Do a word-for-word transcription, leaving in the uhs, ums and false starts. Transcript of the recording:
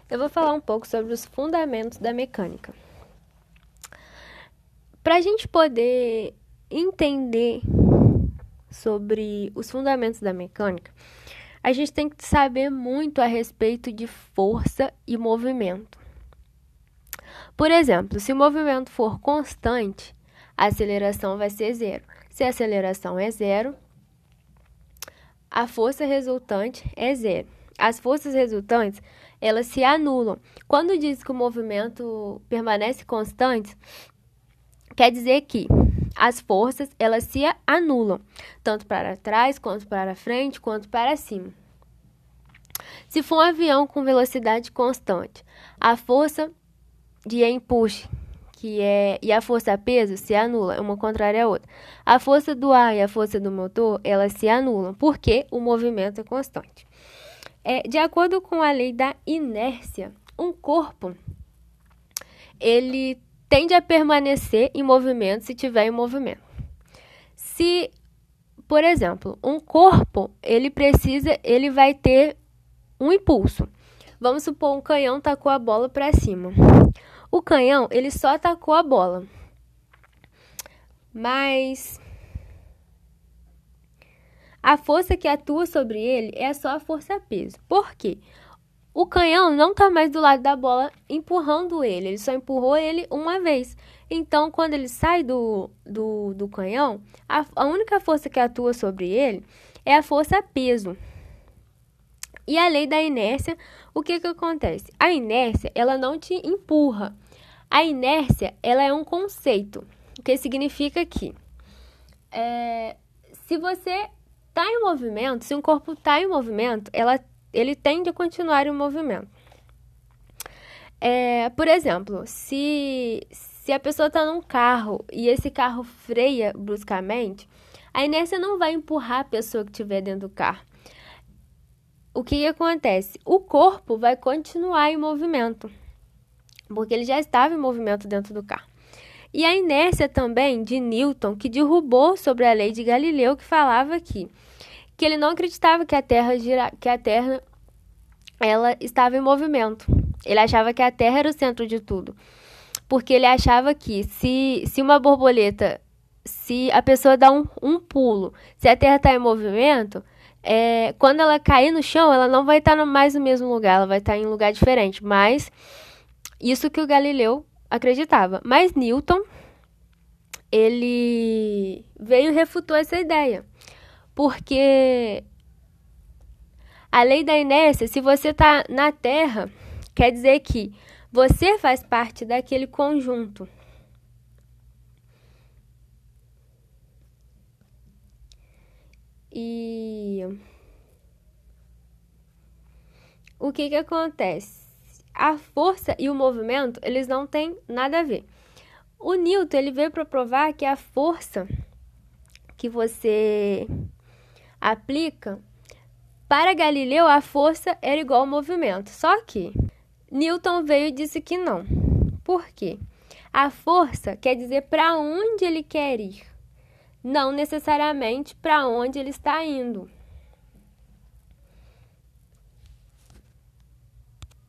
eu vou falar um pouco sobre os fundamentos da mecânica. Para a gente poder entender sobre os fundamentos da mecânica, a gente tem que saber muito a respeito de força e movimento. Por exemplo, se o movimento for constante, a aceleração vai ser zero. Se a aceleração é zero, a força resultante é zero. As forças resultantes, elas se anulam. Quando diz que o movimento permanece constante, quer dizer que as forças, elas se anulam, tanto para trás, quanto para frente, quanto para cima. Se for um avião com velocidade constante, a força de empuxo que é, e a força a peso se anula, uma contrária à outra. A força do ar e a força do motor, elas se anulam, porque o movimento é constante. É, de acordo com a lei da inércia, um corpo, ele tende a permanecer em movimento se tiver em movimento. Se, por exemplo, um corpo, ele precisa, ele vai ter um impulso. Vamos supor, um canhão tacou a bola para cima. O canhão, ele só tacou a bola. Mas a força que atua sobre ele é só a força-peso. Por quê? O canhão não está mais do lado da bola empurrando ele. Ele só empurrou ele uma vez. Então, quando ele sai do, do, do canhão, a, a única força que atua sobre ele é a força-peso. E a lei da inércia, o que que acontece? A inércia, ela não te empurra. A inércia, ela é um conceito, o que significa que é, se você está em movimento, se um corpo está em movimento, ela, ele tende a continuar em movimento. É, por exemplo, se, se a pessoa está num carro e esse carro freia bruscamente, a inércia não vai empurrar a pessoa que estiver dentro do carro. O que, que acontece? O corpo vai continuar em movimento, porque ele já estava em movimento dentro do carro. E a inércia também de Newton, que derrubou sobre a lei de Galileu, que falava aqui, que ele não acreditava que a Terra, gira, que a Terra ela estava em movimento. Ele achava que a Terra era o centro de tudo, porque ele achava que se, se uma borboleta, se a pessoa dá um, um pulo, se a Terra está em movimento, É, quando ela cair no chão, ela não vai estar no, mais no mesmo lugar, ela vai estar em um lugar diferente. Mas isso que o Galileu acreditava. Mas Newton, ele veio e refutou essa ideia. Porque a lei da inércia, se você está na Terra, quer dizer que você faz parte daquele conjunto. E o que que acontece? A força e o movimento, eles não têm nada a ver. O Newton, ele veio para provar que a força que você aplica, para Galileu, a força era igual ao movimento. Só que Newton veio e disse que não. Por quê? A força quer dizer para onde ele quer ir, não necessariamente para onde ele está indo.